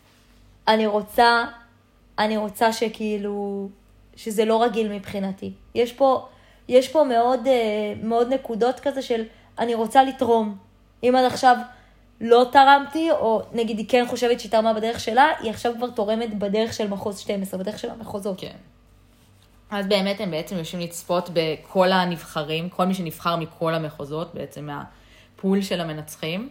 אני רוצה שכאילו, שזה לא רגיל מבחינתי. יש פה מאוד נקודות כזה של, אני רוצה לתרום. אם עד עכשיו לא תרמתי, או נגיד היא כן חושבת שהיא תרמה בדרך שלה, היא עכשיו כבר תורמת בדרך של מחוז 12, בדרך של המחוזות. כן. אז באמת הם בעצם יושבים לצפות בכל הנבחרים, כל מי שנבחר מכל המחוזות, בעצם מהפול של המנצחים.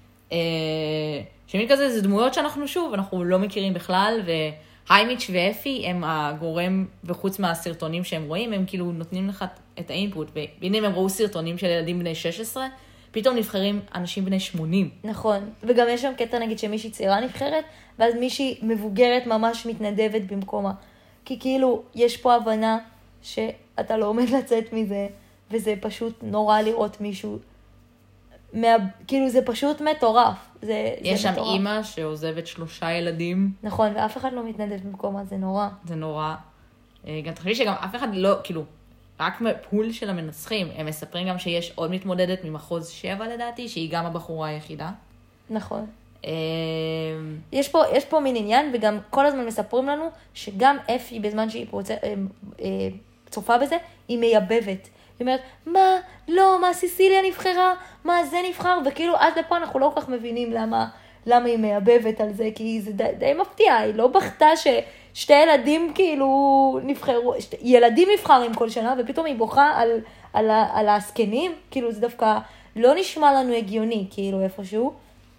שמין כזה, זה דמויות אנחנו לא מכירים בכלל, והיימיץ' ואפי הם הגורם, וחוץ מהסרטונים שהם רואים, הם כאילו נותנים לך את האינפוט, והנה הם ראו סרטונים של ילדים בני 16, פתאום נבחרים אנשים בני 80. נכון, וגם יש שם קטע נגיד שמישהי צעירה נבחרת, ואז מישהי מבוגרת ממש מתנדבת במקומה. כי כאילו יש פה הבנה שאתה לא עומד לצאת מזה, וזה פשוט נורא לראות מישהו, כאילו זה פשוט מטורף. יש שם אימא שעוזבת 3 ילדים. נכון, ואף אחד לא מתנדב במקומה, זה נורא. זה נורא. גם תחשבי שגם אף אחד לא, כאילו, רק פול של המנצחים. הם מספרים גם שיש עוד מתמודדת ממחוז 7 לדעתי, שהיא גם הבחורה היחידה. נכון. יש פה מין עניין, וגם כל הזמן מספרים לנו שגם אפי, בזמן שהיא צופה בזה, היא מייבבת. היא אומרת, מה סיסיליה נבחרה? מה זה נבחר? וכאילו עד לפה אנחנו לא כל כך מבינים למה היא מייבבת על זה, כי זה די מפתיע, היא לא בכתה ששתי ילדים כאילו נבחרו, ילדים נבחרים כל שנה, ופתאום היא בוכה על העסקנים, כאילו זה דווקא לא נשמע לנו הגיוני, כאילו איפשהו.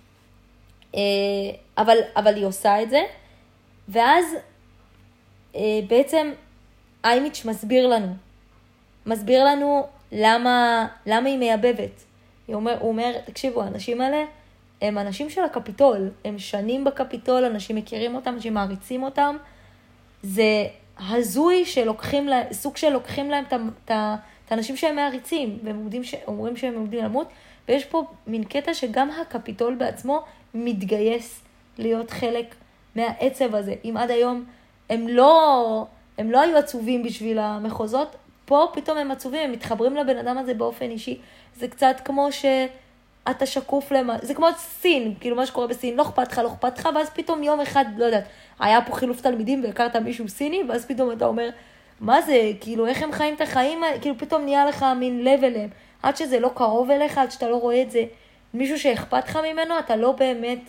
אבל היא עושה את זה, ואז בעצם איימיץ' מסביר לנו למה היא מייבבת. הוא אומר, תקשיבו, האנשים האלה הם אנשים של הקפיטול, הם שנים בקפיטול, אנשים מכירים אותם, אנשים מעריצים אותם, זה הזוי סוג שלוקחים להם את האנשים שהם מעריצים, והם אומרים שהם עומדים למות, ויש פה מין קטע שגם הקפיטול בעצמו מתגייס להיות חלק מהעצב הזה. אם עד היום הם לא היו עצובים בשביל המחוזות, פה פתאום הם עצובים, הם מתחברים לבן אדם הזה באופן אישי. זה קצת כמו שאתה שקוף זה כמו סין, כאילו מה שקורה בסין, לא אכפת לך, ואז פתאום יום אחד, לא יודעת, היה פה חילוף תלמידים והכרת מישהו סיני, ואז פתאום אתה אומר, מה זה, כאילו איך הם חיים את החיים, כאילו פתאום נהיה לך מין לב אליהם, עד שזה לא קרוב אליך, עד שאתה לא רואה את זה, מישהו שאכפת לך ממנו, אתה לא באמת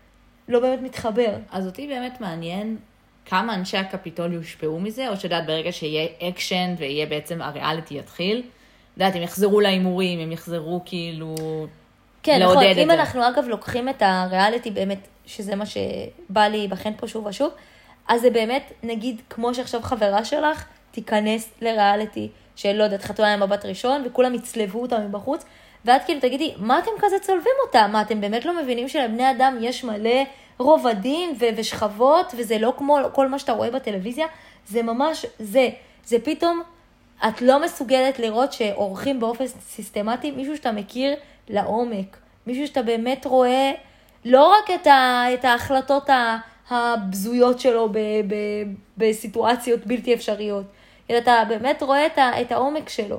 מתחבר. אז אותי באמת מעניין כמה אנשי הקפיטול יושפעו מזה, או שדעת ברגע שיהיה אקשן ויהיה בעצם הריאליטי יתחיל, דעת, הם יחזרו לאימורים, הם יחזרו כאילו כן, נכון, אם אנחנו אגב לוקחים את הריאליטי באמת, שזה מה שבא לי בחן פה שוב ושוב, אז זה באמת, נגיד, כמו שעכשיו חברה שלך תיכנס לריאליטי, שלא יודעת, חתונה עם מבט ראשון, וכולם יצלבו אותם מבחוץ, ואת כאילו תגידי, מה אתם כזה צולבים אותם? מה, אתם באמת לא מבינים שלבני אדם יש מלא רובדים ושכבות, וזה לא כמו כל מה שאתה רואה בטלוויזיה? זה ממש זה פתאום, את לא מסוגלת לראות שעורכים באופן סיסטמטי, מישהו שאתה מכיר לעומק, מישהו שאתה באמת רואה, לא רק את ההחלטות הבזויות שלו בסיטואציות בלתי אפשריות, אלא אתה באמת רואה את העומק שלו.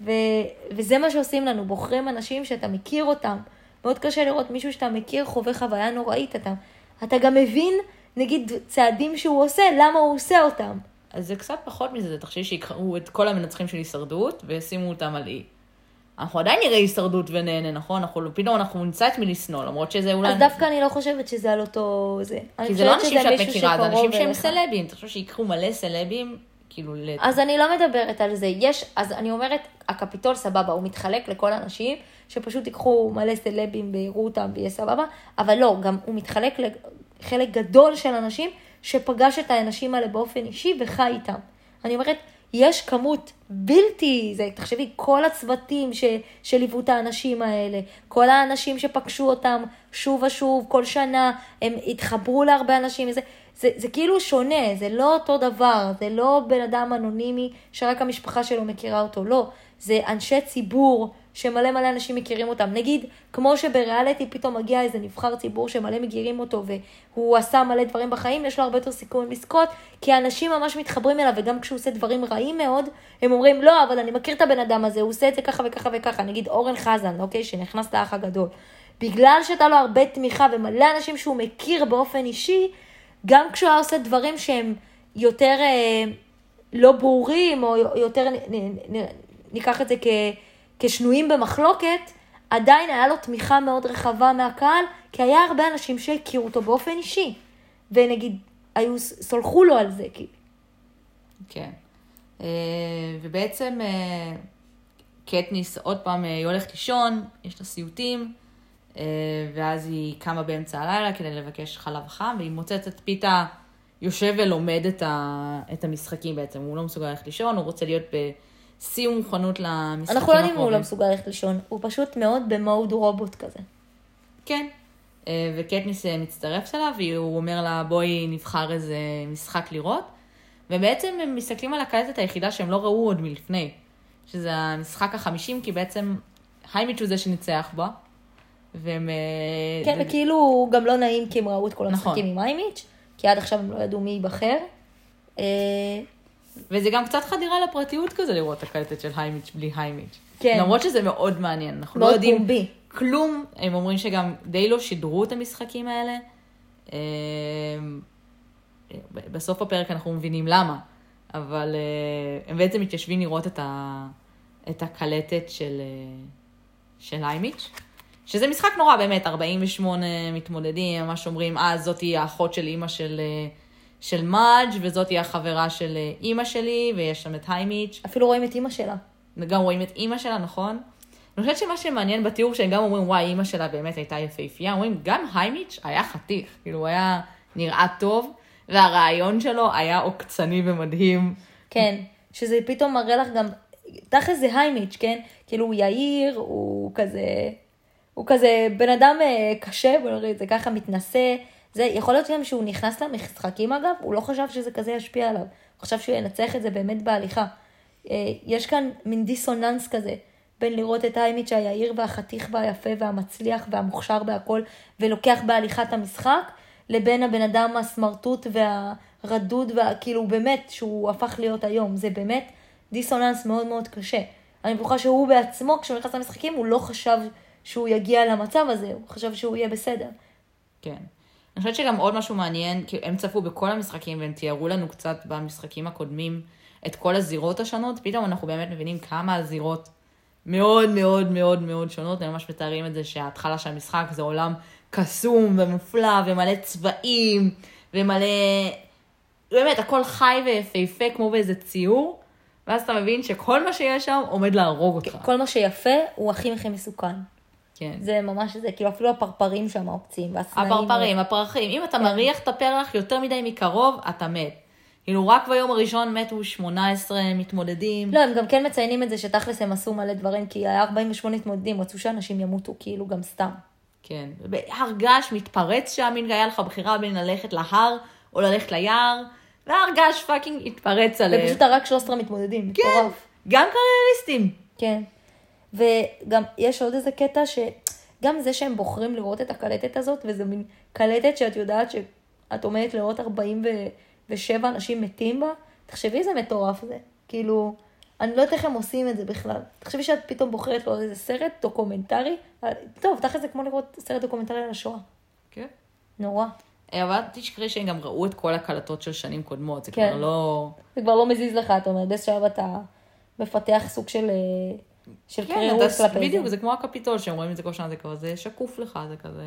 וזה מה שעושים לנו, בוחרים אנשים שאתה מכיר אותם. מאוד קשה לראות מישהו שאתה מכיר חווה חוויה נוראית. אתה גם מבין, נגיד, צעדים שהוא עושה, למה הוא עושה אותם. אז זה קצת פחות מזה, תחשבי שיקראו את כל המנצחים של הישרדות, וישימו אותם על אי. אנחנו עדיין נראה הישרדות ונהנה, נכון? פתאום אנחנו נמצא את מי לשנוא, למרות שזה אולי... אז דווקא אני לא חושבת שזה על אותו זה. כי זה לא אנשים שאת מכירה, זה אנשים שהם סלבים. תחשוב שיקחו מלא סלבים, כאילו... אז אני לא מדברת על זה. אז אני אומרת, הקפיטול סבבה, הוא מתחלק לכל אנשים, שפשוט ייקחו מלא סלבים ויראו אותם ויהיה סבבה, אבל לא, גם הוא מתחלק לחלק גדול של אנשים, שפגש את האנשים האלה באופן אישי וחי איתם. אני אומרת, יש כמות בלתי, תחשבי, כל הצוותים שליוו את האנשים האלה, כל האנשים שפגשו אותם שוב ושוב, כל שנה, הם התחברו להרבה אנשים, זה כאילו שונה, זה לא אותו דבר, זה לא בן אדם אנונימי שרק המשפחה שלו מכירה אותו, לא, זה אנשי ציבור שמלא מלא אנשים מכירים אותם. נגיד, כמו שבריאליטי פתאום מגיע איזה נבחר ציבור שמלא מכירים אותו, והוא עשה מלא דברים בחיים, יש לו הרבה יותר סיכויים לזכות, כי האנשים ממש מתחברים אליו, וגם כשהוא עושה דברים רעים מאוד, הם אומרים, לא, אבל אני מכיר את הבן אדם הזה, הוא עושה את זה ככה וככה וככה. נגיד אורן חזן, אוקיי, שנכנס לאח הגדול. בגלל שאתה לו הרבה תמיכה ומלא אנשים שהוא מכיר באופן אישי, גם כשהוא עושה דברים שהם יותר לא ברורים, או יותר ניקח את זה כשנויים במחלוקת, עדיין היה לו תמיכה מאוד רחבה מהקהל, כי היה הרבה אנשים שהכירו אותו באופן אישי, ונגיד, סולחו לו על זה. כן. ובעצם קטניס עוד פעם היא הולכת לישון, יש לה סיוטים, ואז היא קמה באמצע הלילה כדי לבקש חלב חם, והיא מוצאת את פיתה יושב ולומד את המשחקים בעצם. הוא לא מסוגל ללכת לישון, הוא רוצה להיות בשיא ומוכנות למשחקים הקרובים. אנחנו לא יודעים אם הוא לא מסוגל ללכת לישון, הוא פשוט מאוד במוד רובוט כזה. כן, וקטניס מצטרף אליו, והוא אומר לה בואי נבחר איזה משחק לראות, ובעצם הם מסתכלים על הקלטת היחידה שהם לא ראו עוד מלפני. שזה המשחק ה-50, כי בעצם היימיץ' הוא זה שניצח בה, והם... כן, וכאילו גם לא נעים כי הם ראו את כל המשחקים נכון. עם היימיץ', כי עד עכשיו הם לא ידעו מי ייבחר. וזה גם קצת חדירה לפרטיות כזה לראות את הקלטת של היימיץ' בלי היימיץ'. כן. למרות שזה מאוד מעניין, אנחנו לא מאוד יודעים פומבי. כלום, הם אומרים שגם די לא שידרו את המשחקים האלה. בסוף הפרק אנחנו מבינים למה, אבל הם בעצם מתיישבים לראות את הקלטת של היימיץ', שזה משחק נורא באמת, 48 מתמודדים, ממש אומרים, זאת היא האחות של אמא של מאג' וזאת היא החברה של אמא שלי, ויש שם את היימיץ'. אפילו רואים את אמא שלה. גם רואים את אמא שלה, נכון? אני חושבת שמה שמעניין בתיאור שהם גם אומרים, וואי, אמא שלה באמת הייתה יפהפייה, אומרים, גם היימיץ' היה חתיך, כאילו הוא היה נראה טוב, והרעיון שלו היה עוקצני ומדהים. כן, שזה פתאום מראה לך גם, תכף זה היימיץ', כן? כאילו הוא יאיר, הוא כזה בן אדם קשה, בוא נראה, זה ככה מתנסה. זה יכול להיות גם שהוא נכנס למשחקים אגב, הוא לא חשב שזה כזה ישפיע עליו. הוא חשב שהוא ינצח את זה באמת בהליכה. יש כאן מין דיסוננס כזה, בין לראות את היימיץ' היאיר והחתיך והיפה והמצליח והמוכשר בהכל, ולוקח בהליכת המשחק, לבין הבן אדם הסמרטוט והרדוד, וכאילו באמת שהוא הפך להיות היום. זה באמת דיסוננס מאוד מאוד קשה. אני בטוחה שהוא בעצמו, כשהוא נכנס למשחקים, הוא לא חשב שהוא יגיע למצב הזה, הוא חשב שהוא יהיה בסדר. כן. אני חושבת שגם עוד משהו מעניין, כי הם צפו בכל המשחקים, והם תיארו לנו קצת במשחקים הקודמים את כל הזירות השונות, פתאום אנחנו באמת מבינים כמה הזירות מאוד מאוד מאוד מאוד שונות, הם ממש מתארים את זה שההתחלה של המשחק זה עולם קסום ומופלא ומלא צבעים ומלא, באמת הכל חי ויפהפה כמו באיזה ציור, ואז אתה מבין שכל מה שיש שם עומד להרוג אותך. כל מה שיפה הוא הכי מסוכן. כן. זה ממש זה, כאילו אפילו הפרפרים שם עוקצים, הפרפרים, הפרחים, אם אתה מריח את הפרח יותר מדי מקרוב, אתה מת. כאילו רק ביום הראשון מתו 18 מתמודדים. לא, הם גם כן מציינים את זה שתכלס הם עשו מלא דברים, כי היה 48 מתמודדים, רצו שאנשים ימותו כאילו גם סתם. כן, הרגש מתפרץ שם, היה לך בחירה בין ללכת להר או ללכת ליער, והרגש פאקינג התפרץ עליהם. ופשוט רק 13 מתמודדים, כן, מטורף. גם קריאליסטים. כן, וגם יש עוד איזה קטע שגם זה שהם בוחרים לראות את הקלטת הזאת, וזה מין קלטת שאת יודעת שאת עומדת לראות 47 אנשים מתים בה, תחשבי איזה מטורף זה. כאילו, אני לא יודעת איך הם עושים את זה בכלל. תחשבי שאת פתאום בוחרת לו איזה סרט דוקומנטרי, טוב, תחת זה כמו לראות סרט דוקומנטרי על השואה. כן. נורא. אבל תשכרי שהם גם ראו את כל הקלטות של שנים קודמות, זה כן. כבר לא... זה כבר לא מזיז לך, אתה אומר, בשלב אתה מפתח סוג של כן, קרירות כלפי זה. בדיוק, זה כמו הקפיטול, שהם רואים את זה כל שנה, זה כבר, זה שקוף לך, זה כזה...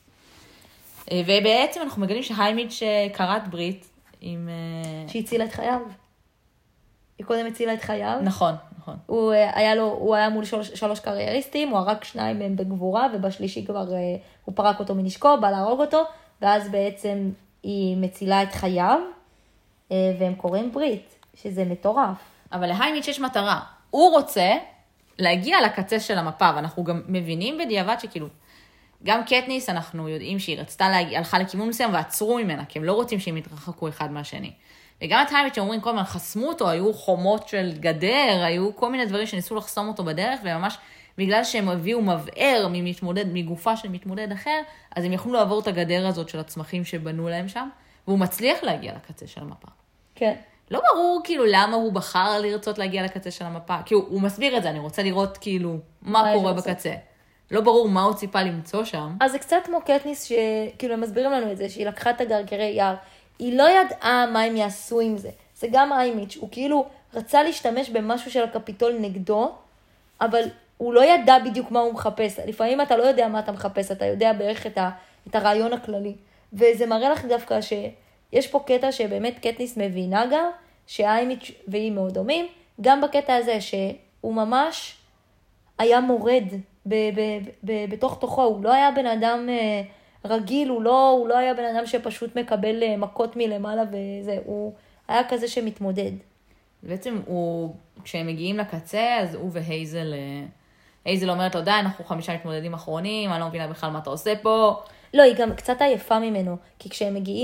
ובעצם אנחנו מגלים שהיימיץ' קראת ברית עם... שהצילה את חייו. היא קודם הצילה את חייו. נכון, נכון. הוא היה מול שלוש קרייריסטים, הוא הרג 2 מהם בגבורה, ובשלישי כבר הוא פרק אותו מנשקו, בא להרוג אותו, ואז בעצם היא מצילה את חייו, והם קוראים ברית, שזה מטורף. אבל להיימיץ' יש מטרה. הוא רוצה להגיע לקצה של המפה, ואנחנו גם מבינים בדיעבד שכאילו, גם קטניס אנחנו יודעים שהיא רצתה להגיע, הלכה לכיוון מסוים ועצרו ממנה, כי הם לא רוצים שהם יתרחקו אחד מהשני. וגם את היימיץ' שאומרים כל הזמן, חסמו אותו, היו חומות של גדר, היו כל מיני דברים שניסו לחסום אותו בדרך, וממש בגלל שהם הביאו מבער מגופה של מתמודד אחר, אז הם יכלו לעבור את הגדר הזאת של הצמחים שבנו להם שם, והוא מצליח להגיע לקצה של המפה. כן. לא ברור כאילו למה הוא בחר לרצות להגיע לקצה של המפה, כי הוא מסביר את זה, אני רוצה לראות כאילו מה קורה בקצה. לא ברור מה הוא ציפה למצוא שם. אז זה קצת כמו קטניס שכאילו הם מסבירים לנו את זה, שהיא לקחה את הגרגירי יער, היא לא ידעה מה הם יעשו עם זה. זה גם היימיץ', הוא כאילו רצה להשתמש במשהו של הקפיטול נגדו, אבל הוא לא ידע בדיוק מה הוא מחפש. לפעמים אתה לא יודע מה אתה מחפש, אתה יודע בערך את הרעיון הכללי. וזה מראה לך דווקא שיש פה קטע שבאמת קטניס מבינה גם, שהיימיץ' והיא מאוד דומים, גם בקטע הזה שהוא ממש היה מורד בתוך תוכו, הוא לא היה בן אדם רגיל, הוא לא היה בן אדם שפשוט מקבל מכות מלמעלה וזה, הוא היה כזה שמתמודד. בעצם כשהם מגיעים לקצה, אז הוא והייזל אומרת לו, די, אנחנו 5 מתמודדים אחרונים, אני לא מבינה בכלל מה אתה עושה פה. לא, היא גם קצת עייפה ממנו, כי כשהם מגיעים,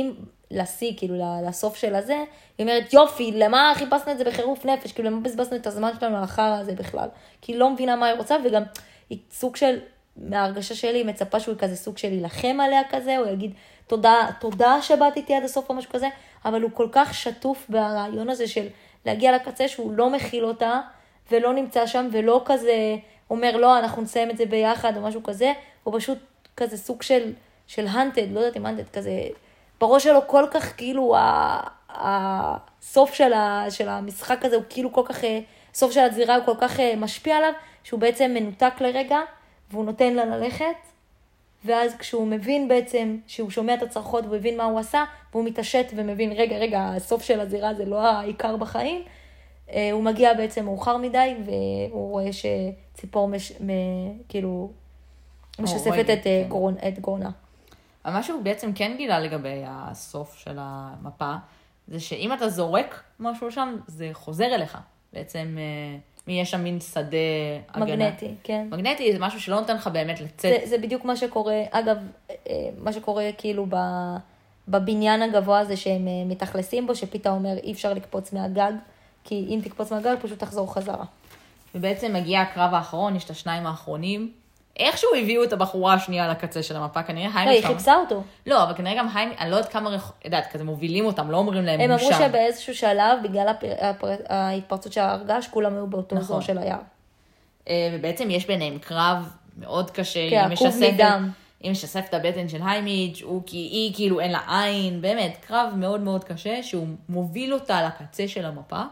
לשיא, כאילו לסוף של הזה, היא אומרת, יופי, למה חיפשנו את זה בחירוף נפש? כאילו, למה בזבזנו את הזמן שלנו לאחר הזה בכלל? כי היא לא מבינה מה היא רוצה, וגם היא סוג של, מההרגשה שלי, היא מצפה שהוא כזה סוג של ילחם עליה כזה, הוא יגיד, תודה שבאת איתי עד הסוף או משהו כזה, אבל הוא כל כך שטוף ברעיון הזה של להגיע לקצה, שהוא לא מכיל אותה, ולא נמצא שם, ולא כזה אומר, לא, אנחנו נסיים את זה ביחד, או משהו כזה, הוא פשוט כזה סוג של הנטד, לא יודעת אם הנטד, כזה, בראש שלו כל כך, כאילו, הסוף של המשחק הזה, הוא כאילו כל כך, סוף של הזירה הוא כל כך משפיע עליו, שהוא בעצם מנותק לרגע, והוא נותן לה ללכת, ואז כשהוא מבין בעצם, שהוא שומע את הצרחות, והוא מבין מה הוא עשה, והוא מתעשת ומבין, רגע, הסוף של הזירה זה לא העיקר בחיים, הוא מגיע בעצם מאוחר מדי, והוא רואה שציפור כאילו משספת את גרונה. אבל מה שהוא בעצם כן גילה לגבי הסוף של המפה, זה שאם אתה זורק משהו שם, זה חוזר אליך. בעצם יש שם מין שדה הגנה. מגנטי, כן. מגנטי זה משהו שלא נותן לך באמת לצאת. זה בדיוק מה שקורה, אגב, מה שקורה כאילו בבניין הגבוה הזה שהם מתאכלסים בו, שפיתה אומר אי אפשר לקפוץ מהגג, כי אם תקפוץ מהגג פשוט תחזור חזרה. ובעצם מגיע הקרב האחרון, יש את השניים האחרונים. איכשהו הביאו את הבחורה השנייה לקצה של המפה, כנראה היימי היא חיפשה אותו. לא, אבל כנראה גם היימי, אני לא יודעת כמה, כזה מובילים אותם, לא אומרים להם הם מושם. אמרו שבאיזשהו שלב, בגלל ההתפרצות של ההרגש, כולם היו באותו אזור של היער. ובעצם יש ביניהם קרב מאוד קשה. כן, עקוב מדם. היא משספת את הבטן של היימיג' היא כאילו אין לה עין, באמת, קרב מאוד מאוד קשה, שהוא מוביל אותה לקצה של המפה,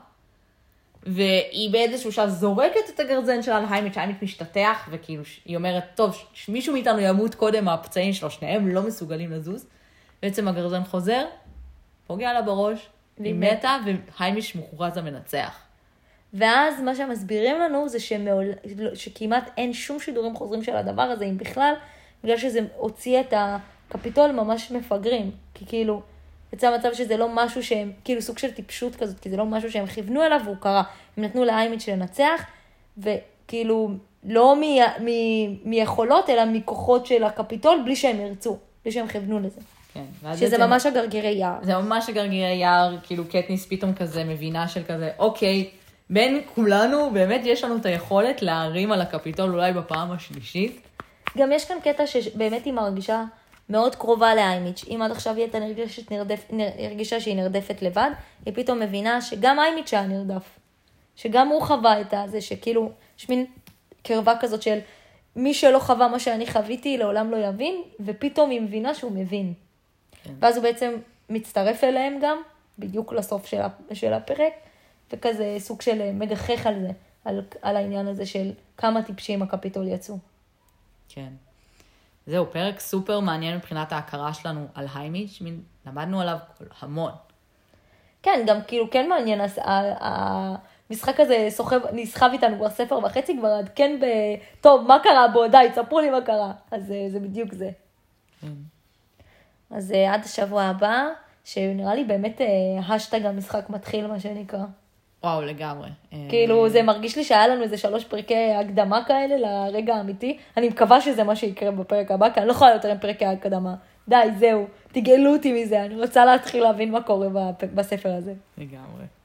והיא באיזשהו שעה זורקת את הגרזן שלה להיימיץ', שהיימיץ' משתתח, וכאילו היא אומרת, טוב, מישהו מאיתנו ימות קודם מהפצעים שלו, שניהם לא מסוגלים לזוז, בעצם הגרזן חוזר, פוגע לה בראש, היא מתה, והיימיץ' מוכרז המנצח. ואז מה שמסבירים לנו זה שכמעט אין שום שידורים חוזרים של הדבר הזה, אם בכלל, בגלל שזה הוציא את הקפיטול ממש מפגרים, כי כאילו, יצא מצב שזה לא משהו שהם, כאילו סוג של טיפשות כזאת, כי זה לא משהו שהם כיוונו אליו והוא קרה. הם נתנו להיימיץ' לנצח, וכאילו לא מיכולות, אלא מכוחות של הקפיטול, בלי שהם ירצו, בלי שהם כיוונו לזה. כן. שזה ממש הגרגירי יער. זה ממש הגרגירי יער, כאילו קטניס פתאום כזה מבינה של כזה, אוקיי, בין כולנו באמת יש לנו את היכולת להרים על הקפיטול אולי בפעם השלישית. גם יש כאן קטע שבאמת היא מרגישה מאוד קרובה להיימיץ'. אם עד עכשיו היא הייתה הרגישה שהיא נרדפת לבד, היא פתאום מבינה שגם היימיץ' היה נרדף. שגם הוא חווה את זה, שכאילו, יש מין קרבה כזאת של מי שלא חווה מה שאני חוויתי, לעולם לא יבין, ופתאום היא מבינה שהוא מבין. כן. ואז הוא בעצם מצטרף אליהם גם, בדיוק לסוף של הפרק, וכזה סוג של מגחך על זה, על העניין הזה של כמה טיפשים הקפיטול יצאו. כן. זהו, פרק סופר מעניין מבחינת ההכרה שלנו על היימיץ', למדנו עליו המון. כן, גם כאילו כן מעניין, המשחק הזה נסחב איתנו כבר ספר וחצי, כבר עד כן טוב, מה קרה בו? די, תספרו לי מה קרה. אז זה בדיוק זה. אז עד השבוע הבא, שנראה לי באמת השטג המשחק מתחיל, מה שנקרא. וואו, לגמרי. כאילו, זה מרגיש לי שהיה לנו איזה 3 פרקי הקדמה כאלה לרגע האמיתי. אני מקווה שזה מה שיקרה בפרק הבא, כי אני לא יכולה יותר עם פרקי הקדמה. די, זהו, תגאלו אותי מזה. אני רוצה להתחיל להבין מה קורה בספר הזה. לגמרי.